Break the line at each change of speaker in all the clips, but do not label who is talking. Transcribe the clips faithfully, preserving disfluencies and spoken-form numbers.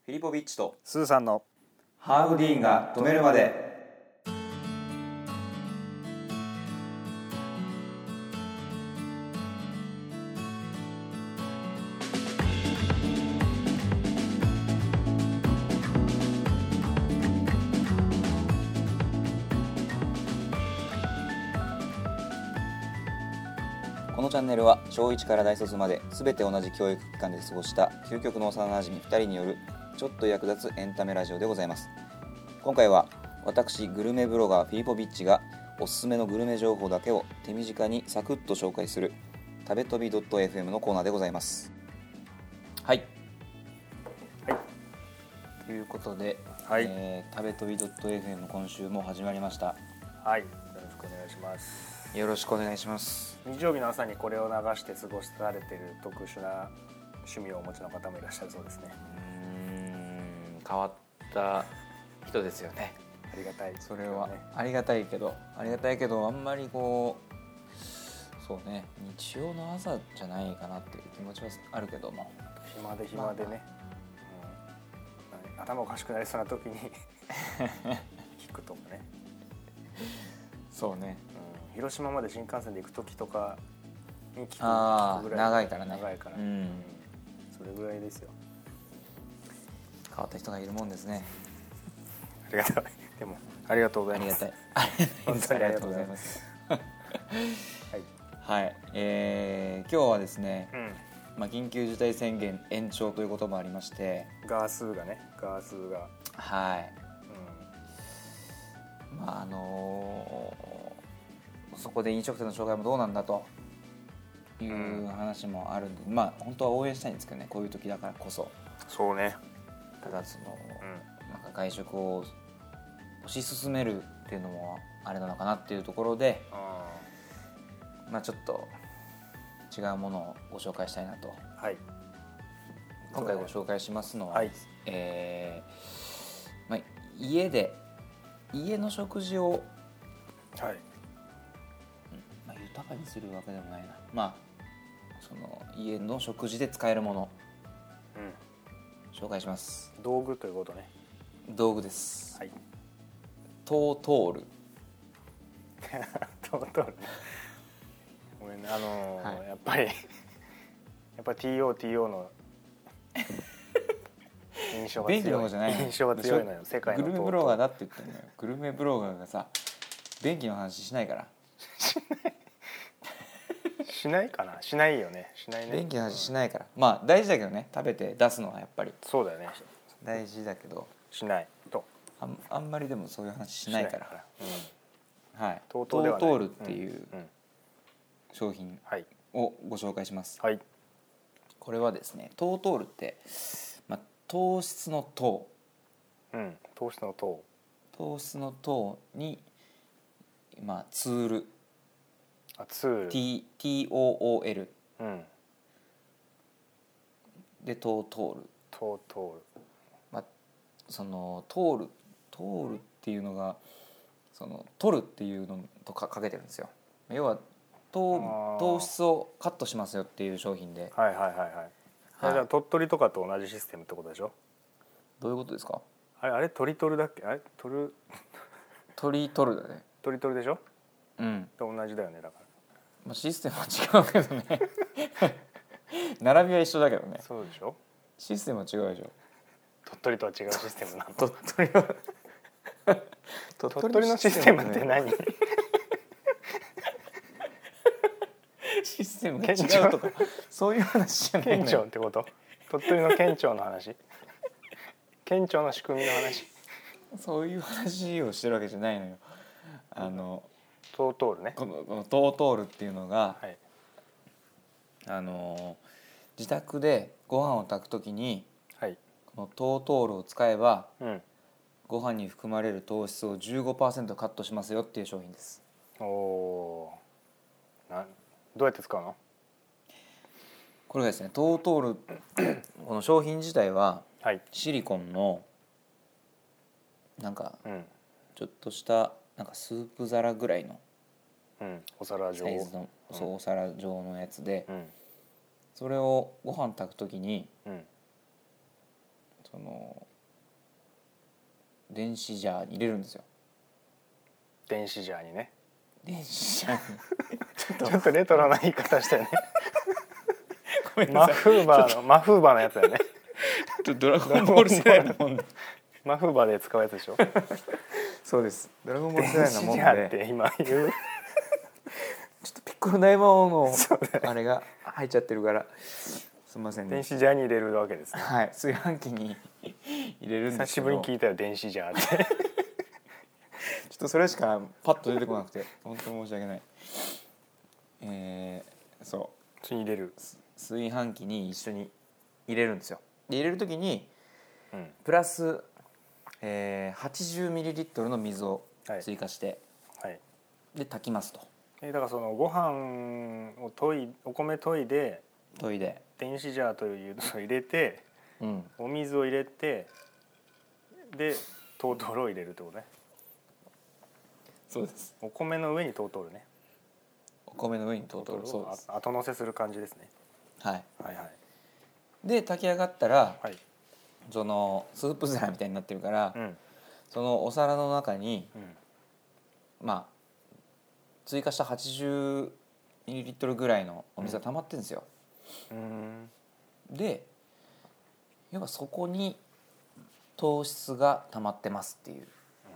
フィリポビッチと
スーさんの
ハーブディーンが止めるまで。このチャンネルは小いちから大卒まで全て同じ教育機関で過ごした究極の幼なじみふたりによるちょっと役立つエンタメラジオでございます。今回は私グルメブロガーフィリポビッチがおすすめのグルメ情報だけを手短にサクッと紹介する食べ飛び .fm のコーナーでございます。はい、
はい
ということで、
はい
えー、食べ飛び .fm 今週も始まりました。
はい、よろしくお願いします。
よろしくお願いします。
日曜日の朝にこれを流して過ごされている特殊な趣味をお持ちの方もいらっしゃるそうですね。
うーん、変わった人ですよね。
ありがたい、
それは
ね、
ありがたいけどありがたいけどあんまりこうそうね日曜の朝じゃないかなっていう気持ちはあるけども、
暇で暇でね、まあうん、頭おかしくなりそうな時に聞くとかね。
そうね、
うん、広島まで新幹線で行く時とかに聞く、
あ
聞くぐらい
長いからね
長いから、
うん
うん、それぐらいですよ。
変わった人がいるもんですね。
ありがたい。でもありがとうございます。
ありがたい
本当にありがとうございます。
はい、はい、えー、今日はですね、
うん
まあ、緊急事態宣言延長ということもありまして、
ガー数がねガー数が、
はい、
うん、
まああのー、そこで飲食店の障害もどうなんだという話もあるんで、うん、まあ本当は応援したいんですけどね、こういう時だからこそ。
そうね。
ただその、
うん、
なんか外食を推し進めるっていうのもあれなのかなっていうところで、
あ
まあちょっと違うものをご紹介したいなと。
はい。
今回ご紹介しますのは、
はい、
えーまあ、家で家の食事を、
はい、
まあ、豊かにするわけでもないな、まあその家の食事で使えるもの、うん、紹介します。
道具ということね。
道具です。
はい。
トートール
トートールね。ごめんね、あのー
はい、
やっぱりやっぱり ティーオーティーオー の印象が強い。
便利な方じゃないの。
印象が強いのよ。世界の
グルメブロガーだって言ってるのよ。グルメブロガーがさ、便利の話しないから。
しないかな。しないよね。しないね。
便利の話しないから。まあ大事だけどね。食べて出すのはやっぱり。
そうだよね。
大事だけど。
しないと。
あ ん, あんまりでもそういう話しないから。
から
うん、はい。
トー
トートールって
う
いう商品をご紹介します。
はい。
これはですね、トートールって、まあ、糖質の糖、
うん、糖質の糖、
糖質の糖に、まあ、ツール、
あ、ツール、
T、ティーオーオーエル、
うん、
でトートール、
トートール、
まあ、そのトールトールっていうのがその取るっていうのとかかけてるんですよ。要は糖、糖質をカットしますよっていう商品で、
はいはいはいはい。あれじゃ鳥取とかと同じシステムってことでしょ。
どういうことですか。
あれあれ鳥取だっけ。あれ鳥る
鳥取るだね。
鳥取でしょ。
うん
と同じだよね。だから、
まあ、システムは違うけどね並びは一緒だけどね。
そうでしょ。
システムは違うでしょ。
鳥取とは違うシステムなの。
鳥取は
鳥取のシステムって何。
システムが違うとかそういう話じゃないのよ。
県庁ってこと。鳥取の県庁の話。県庁の仕組みの話。
そういう話をしてるわけじゃないのよ。あの
トートールね。
このこのトートールっていうのが、
はい、
あの自宅でご飯を炊くときに、
はい、
このトートールを使えば、
うん、
ご飯に含まれる糖質を じゅうごパーセント カットしますよっていう商品です。
おお。などうやって使うの。
これがですね、トートールこの商品自体は、
はい、
シリコンのなんか、
うん、
ちょっとしたなんかスープ皿ぐらいの
うん、お皿状
サイズの、
うん、
そうお皿状のやつで、
うん、
それをご飯炊くときに、
うん、
その電子ジャーに入れるんですよ。
電子ジャーにね。
電子ジャーに
ちょっとレトロな言い方したよね。
ごめんなさい、
マフーバーのマフーバーのやつだよね。
ちょっとドラゴンボール世代のもんで
マフーバーで使うやつでしょ。
そうです、ドラゴンボール世代のもんで
電子ジャーって今言う。
ちょっとピッコロ大魔王のあれが入っちゃってるからすみませんね。
電子ジャーに入れるわけですね。
はい、炊飯器に入れるんですけど、
久しぶりに聞いたよ電子ジャーって。
ちょっとそれしかパッと出てこなくて本当に申し訳ない。えー、そう
普通に入れる。
炊飯器に一緒に入れるんですよ。で入れる時に、
うん、
プラス、えー、はちじゅうミリリットルの水を追加して、
はいはい、
で炊きますと。
えだからそのご飯を研いお米研いで
研いで
電子ジャーというのを入れて、
うん、
お水を入れてでトートールを入れるってことね。
そうです。
お米の上にトートールね。
お米の上にトートール、そうです。
後乗せする感じですね。
はい、
はいはい。
で炊き上がったら、
はい、
そのスープ皿みたいになってるから、
うん、
そのお皿の中に、
うん、
まあ追加したはちじゅうミリリットルぐらいのお水が溜まってるんですよ。
うん、
で要はそこに糖質が溜まってますっていう。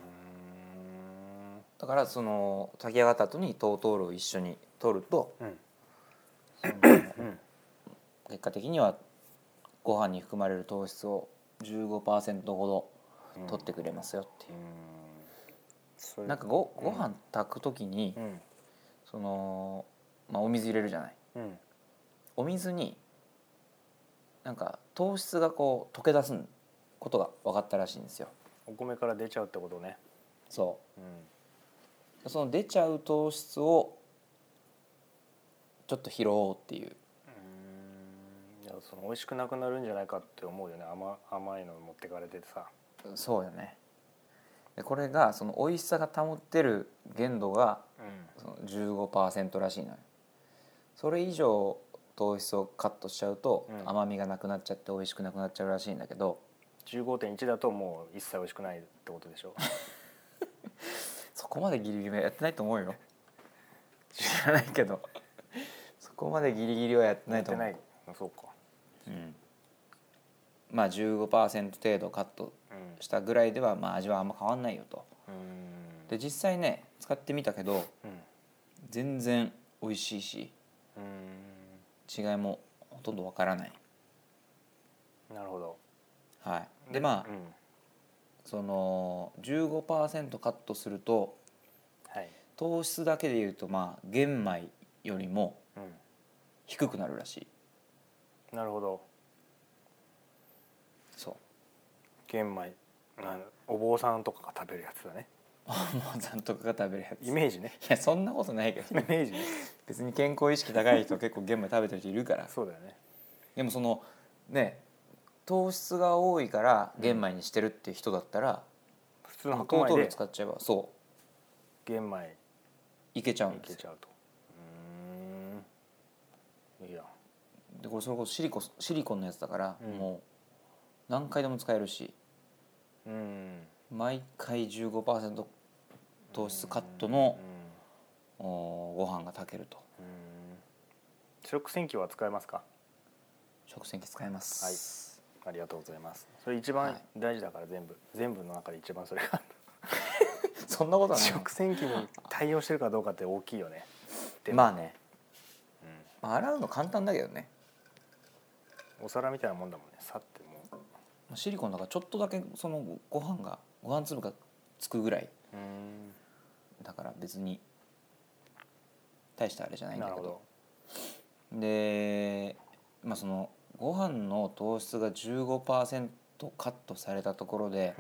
だからその炊き上がった後にトートールを一緒に取ると、
うん、
その結果的にはご飯に含まれる糖質を じゅうごパーセント ほど取ってくれますよっていう。うん、なんか ご, ご飯炊く時に、うん、その、まあ、お水入れるじゃない、うん、お水になんか糖質がこう溶け出すことが分かったらしいんですよ。
お米から出ちゃうってことね。
そう、うん、その出ちゃう糖質をちょっと拾おうっていう。
うん、いやその美味しくなくなるんじゃないかって思うよね。 甘, 甘いの持ってかれててさ。
そうよね。でこれがその美味しさが保ってる限度が、うん、その じゅうごパーセント らしいのよ。それ以上糖質をカットしちゃうと、うん、甘みがなくなっちゃって美味しくなくなっちゃうらしいんだけど、
じゅうごてんいち だともう一切美味しくないってことでしょ。
そこまでギリギリはやってないと思うよ。知らないけどそこまでギリギリはやってないと思う。やってない。
そうか、
うん、まあ じゅうごパーセント 程度カットしたぐらいでは、まあ味はあんま変わんないよと。うん、で実際ね使ってみたけど、うん、全然美味しいし、うん、違いもほとんどわからない。
なるほど。
はい。でまあ、うん、その じゅうごパーセント カットすると、はい、糖質だけでいうとまあ玄米よりも低くなるらしい。
うん、なるほど。
そう。
玄米、お坊さんとかが食べるやつだね。
お坊さんとかが食べるやつ。
イメージね。
いやそんなことないけど。
イメージね。
別に健康意識高い人結構玄米食べてる人いるから。
そうだよね。で
もそのね糖質が多いから玄米にしてるっていう人だったら、
うん、普通の白米で
使っちゃえばそう
玄米
いけちゃうんですよ。
いけちゃうと。うーん、いいや。
でこれそれこそシリコシリコンのやつだから、うん、もう何回でも使えるし、うん、毎回 じゅうごパーセント 糖質カットの、うん、ご飯が炊けると。うん、
食洗機は使えますか？
食洗機使えます。
はい、ありがとうございます。それ一番大事だから、全部全部の中で一番それが
そんなことはない。
食洗機に対応してるかどうかって大きいよね。
まあね、うん、洗うの簡単だけどね。
お皿みたいなもんだもんね。さっても
うシリコンだからちょっとだけそのご飯がご飯粒がつくぐらい。うん、だから別に大したあれじゃないんだけど。なるほど。で、まあそのご飯の糖質が じゅうごパーセント カットされたところで、うん、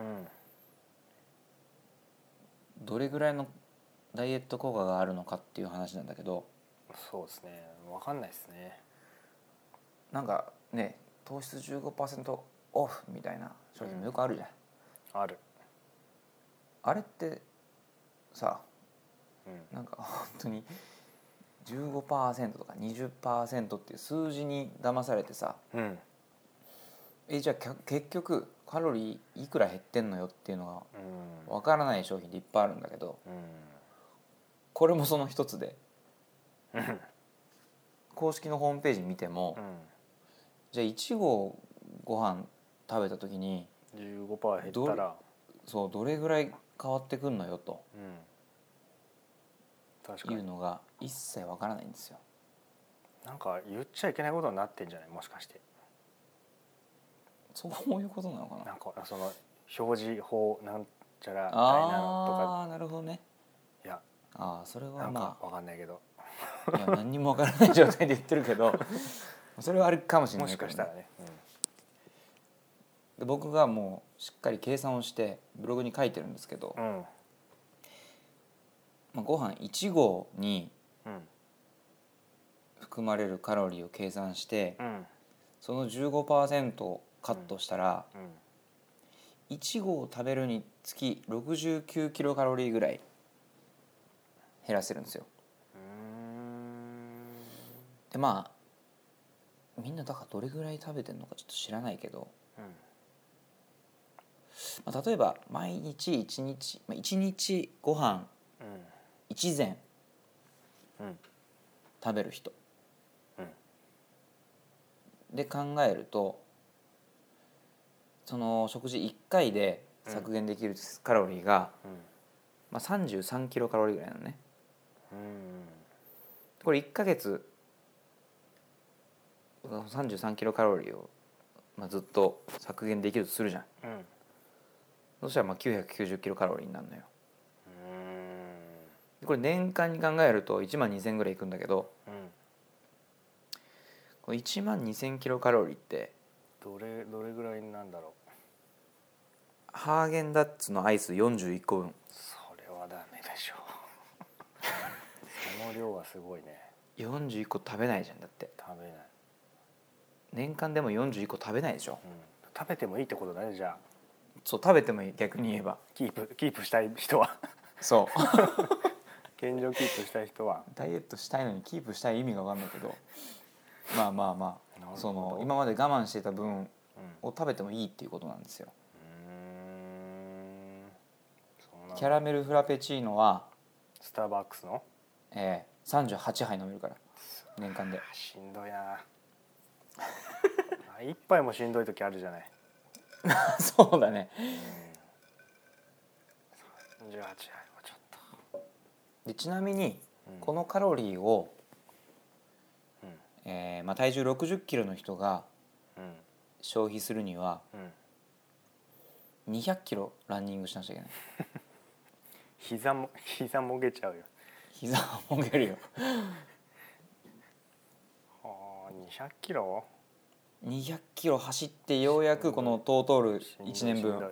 どれぐらいのダイエット効果があるのかっていう話なんだけど。
そうですね、分かんないですね。
なんかね糖質 じゅうごパーセント オフみたいな商品もよくあるじゃん、
うん、ある。
あれってさ、うん、なんか本当に じゅうごパーセント とか にじゅっパーセント っていう数字に騙されてさ、うん、えじゃあ結局カロリーいくら減ってんのよっていうの
うん
がわからない商品でいっぱいあるんだけど、
う
これもその一つで、
んうん
公式のホームページ見ても、じゃあいち合ご飯食べた時に
じゅうごパーセント 減ったら
そうどれぐらい変わってくんのよと
うん確かに
いうのが一切わからないんですよ。
なんか言っちゃいけないことになってんじゃないもしかして。
そういうことなのかな。
なんかその表示法なんちゃらみたいなのとか
ああなるほどね。
いや
ああそれは
なん
ま
かわかんないけど
あいや何にもわからない状態で言ってるけどそれはあるかもしれな
もし
いけどね、
かしたらね、
で僕がもうしっかり計算をしてブログに書いてるんですけど、
うんうん
まあ、ご飯いち合に
うん
含まれるカロリーを計算して
うん
その じゅうごパーセント をカットしたら、
うん
いち合食べるにつきろくじゅうきゅうキロカロリーぐらい減らせるんですよ。でまあみんなだからどれぐらい食べてるのかちょっと知らないけど、まあ、例えば毎日いちにち、まあ、いちにちご飯いち膳
うん
食べる人、
うん
で考えるとその食事いっかいで削減できるカロリーが、
うん
まあ、さんじゅうさんキロカロリーぐらいなのね。
うん
これいっかげつさんじゅうさんキロカロリーを、まあ、ずっと削減できるとするじゃん。
うん
そしたらまあきゅうひゃくきゅうじゅうキロカロリーになるのよ。
うん
これ年間に考えるといちまんにせんぐらいいくんだけど、
うん
このいちまんにせんキロカロリーって
どれどれぐらいなんだろう。
ハーゲンダッツのアイスよんじゅういっこぶん。
それはダメでしょその量はすごいね。
よんじゅういっこ食べないじゃん。だって
食べない、
年間でもよんじゅういっこ食べないでしょ。
うん、食べてもいいってことだね。じゃあ
そう食べてもいい、逆に言えば
キープキープしたい人は
そう
現状キープしたい人は
ダイエットしたいのにキープしたい意味が分かんないけどまあまあま
なるほど
あその今まで我慢してた分
うん
を食べてもいいっていうことなんですよ。
うーんそうなんだ。
キャラメルフラペチーノは、
スターバックスの
えー、さんじゅうはちはい飲めるから年間で
しんどいなあ一杯もしんどい時あるじゃない。
そうだね。
さんじゅうはちはいはちょっと、
でちなみに
うん
このカロリーを、
うん
えーまあ、体重ろくじゅっキロの人が
うん
消費するには
うん
にひゃっキロランニングしなきゃいけない。
膝も膝もげちゃうよ。
膝もげるよ
はあにひゃっキロ
にひゃっキロ走ってようやくこのトートールいちねんぶん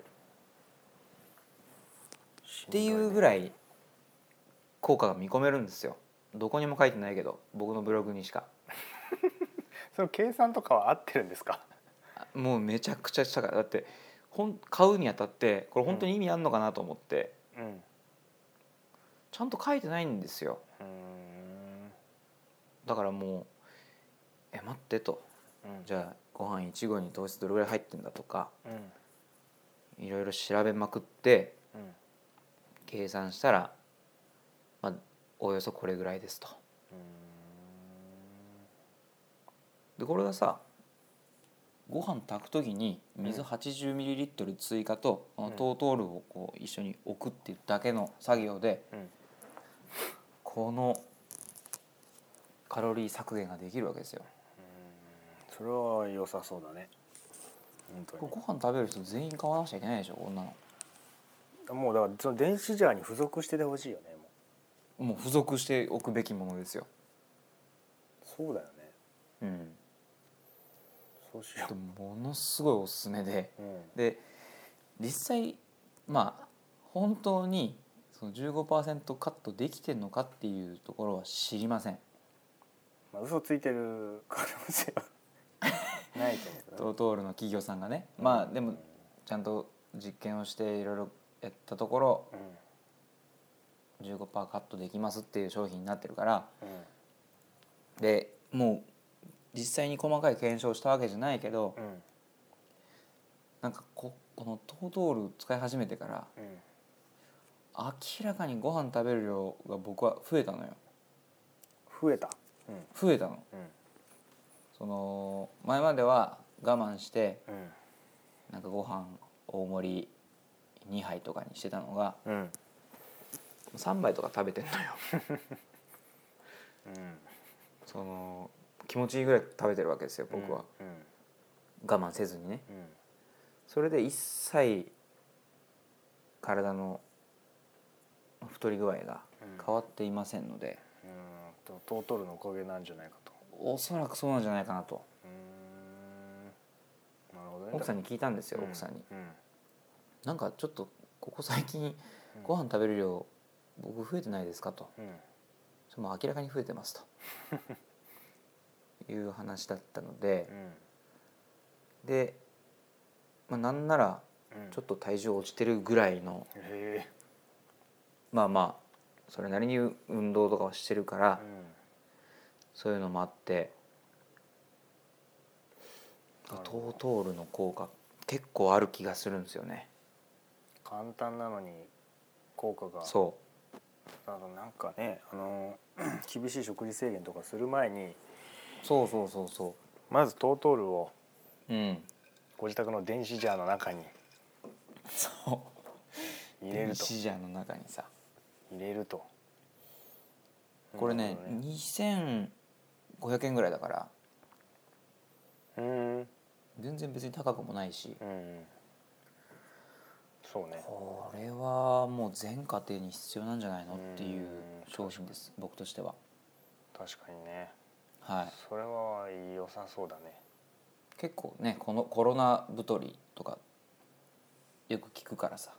っていうぐらい効果が見込めるんですよ。どこにも書いてないけど僕のブログにしか。
その計算とかは合ってるんですか。
もうめちゃくちゃしたから。だってほん買うにあたってこれ本当に意味あんのかなと思って
うん
ちゃんと書いてないんですよ。
うーん
だからもうえ待ってと、
うん
じゃあご飯いち合に糖質どれぐらい入ってんだとか
うん
いろいろ調べまくって
うん
計算したら、まあ、およそこれぐらいですと。でこれがさご飯炊く時に水 はちじゅうミリリットル 追加と、
うん、
トートールをこう一緒に置くっていうだけの作業で、
うん、
このカロリー削減ができるわけですよ。
うんそれは良さそうだね。本当に
これご飯食べる人全員買わなくちゃいけないでしょこんなの。
もうだからその電子ジャーに付属しててほしいよね。も
もう付属しておくべきものですよ。
うそうだよね。
うん
そうしよ
でもものすごいおすすめで、
う、うん
で実際まあ本当にその じゅうごパーセント カットできてるのかっていうところは知りません。
まあ、嘘ついてる可能性はないと思うけどね。
トートールの企業さんがね、まあでもちゃんと実験をしていろいろやったところ
うん
じゅうごパーセント カットできますっていう商品になってるから、
うん
でもう実際に細かい検証したわけじゃないけど、
うん
なんか こ, このトートール使い始めてから
うん、
明らかにご飯食べる量が僕は増えたのよ。
増えた、うん、
増えたの。
うん、
その前までは我慢して
うん、
なんかご飯大盛りにはいとかにしてたのが
うん、
さんばいとか食べてんのよ
うん、
その気持ちいいぐらい食べてるわけですよ僕は、
うん、
我慢せずにね。
うん、
それで一切体の太り具合が変わっていませんので、
うん、トートールのおかげなんじゃないかと。
おそらくそうなんじゃないかなと。
うーん、なるほどね。
奥さんに聞いたんですよ、
うん、
奥さんに、
うん、
なんかちょっとここ最近ご飯食べる量僕増えてないですかと、
うん、
それも明らかに増えてますという話だったので、
うん、
で、まあ、なんならちょっと体重落ちてるぐらいの、
うん、へえ、
まあまあそれなりに運動とかはしてるから、
うん、
そういうのもあってトートールの効果結構ある気がするんですよね。
簡単なのに効果が。
そ
あのなんかね、あの厳しい食事制限とかする前に
うそうそうそうそ
まずトートールを
ううん
ご自宅の電子ジャーの中に
そう
入れると
電子ジャーの中にさ
入れると
これね
なるほどね。
にせんごひゃくえんぐらいだから
うん、うん、
全然別に高くもないし、
うん、そうね。
これはもう全家庭に必要なんじゃないのっていう商品です、僕としては。
確かにね。
はい、
それは良さそうだね。
結構ねこのコロナ太りとかよく聞くからさ、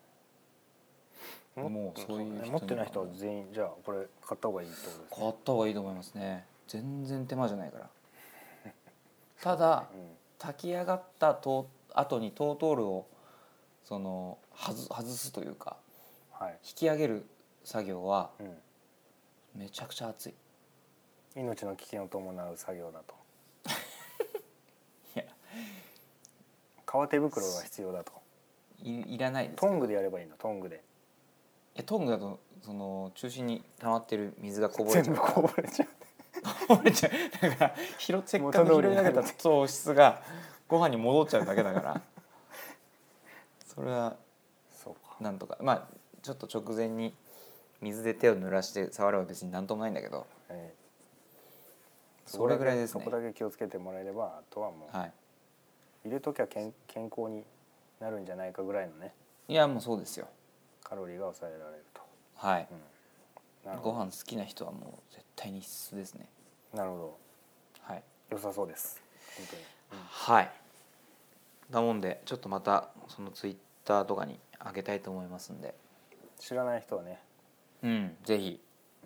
うん、
もうそういう人には
持ってない人は全員じゃあこれ買った方がいいってことですね。
買った方がいいと思いますね。全然手間じゃないからただ、
うん、
炊き上がったと後にトートールをその外外すというか
はい、
引き上げる作業は
うん、
めちゃくちゃ熱い。
命の危険を伴う作業だと
いや
革手袋が必要だと。
い, いらないです。
トングでやればいいの。トングで
いやトングだとその中心に溜まってる水がこぼれちゃう
全部こぼれちゃう
こぼれちゃうだから拾せっかく拾い上げた糖質がご飯に戻っちゃうだけだからそれは
そうか。
なんとかまあちょっと直前に水で手を濡らして触れば別になんともないんだけど、
えー、
それぐらいですね。
そこだけ気をつけてもらえればあとはもう、
はい、
入れときゃ健健康になるんじゃないかぐらいのね
いやもうそうですよ。
カロリーが抑えられると。
はい、
うん、なるほど。
ご飯好きな人はもう絶対に必須ですね。
なるほど。
はい、
良さそうです本当に、うん、
はいなもんでちょっとまたそのツイッターとかに上げたいと思いますんで、
知らない人はね、
うんぜひ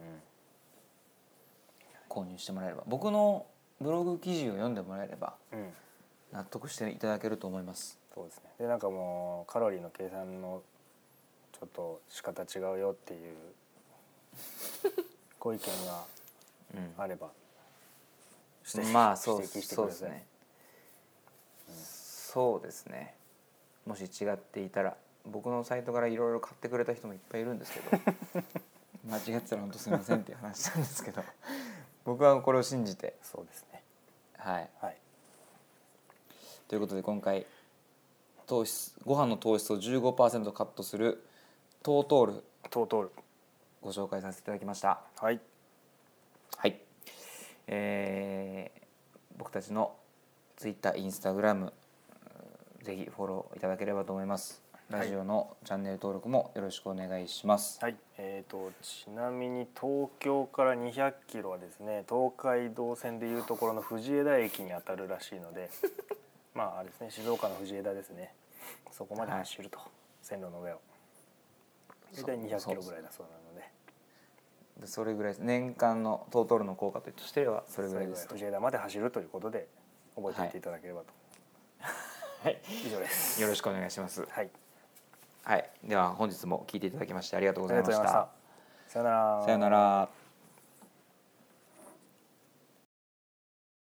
購入してもらえれば、僕のブログ記事を読んでもらえれば
うん、うん、
納得していただけると思います。
そうですね。でなんかもうカロリーの計算のちょっと仕方違うよっていうご意見があれば、
うん、まあそう
指摘してください。
そうですね、うん、そうですね。もし違っていたら僕のサイトからいろいろ買ってくれた人もいっぱいいるんですけど間違ってたら本当すみませんっていう話なんですけど僕はこれを信じて。
そうですね。
はい、
はい、
ということで今回糖質ご飯の糖質を じゅうごパーセント カットするトートール
トートール
ご紹介させていただきました。
はい、
はい、えー、僕たちの Twitter、Instagram ぜひフォローいただければと思います。ラジオのチャンネル登録もよろしくお願いします。
はい、えーとちなみに東京からにひゃくキロはですね、東海道線でいうところの藤枝駅にあたるらしいのでまああれですね、静岡の藤枝ですね、そこまで走ると、はい、線路の上を大体にひゃくキロぐらいだそうなので、
でそれぐらいです。年間のトートールの効果としてはそれぐらいです。
藤枝まで走るということで覚えておいていただければと、
はい、
以上です。
よろしくお願いします。
はい、
はい、では本日も聞いていただきましてありがとうございました。
さよなら。
さよなら。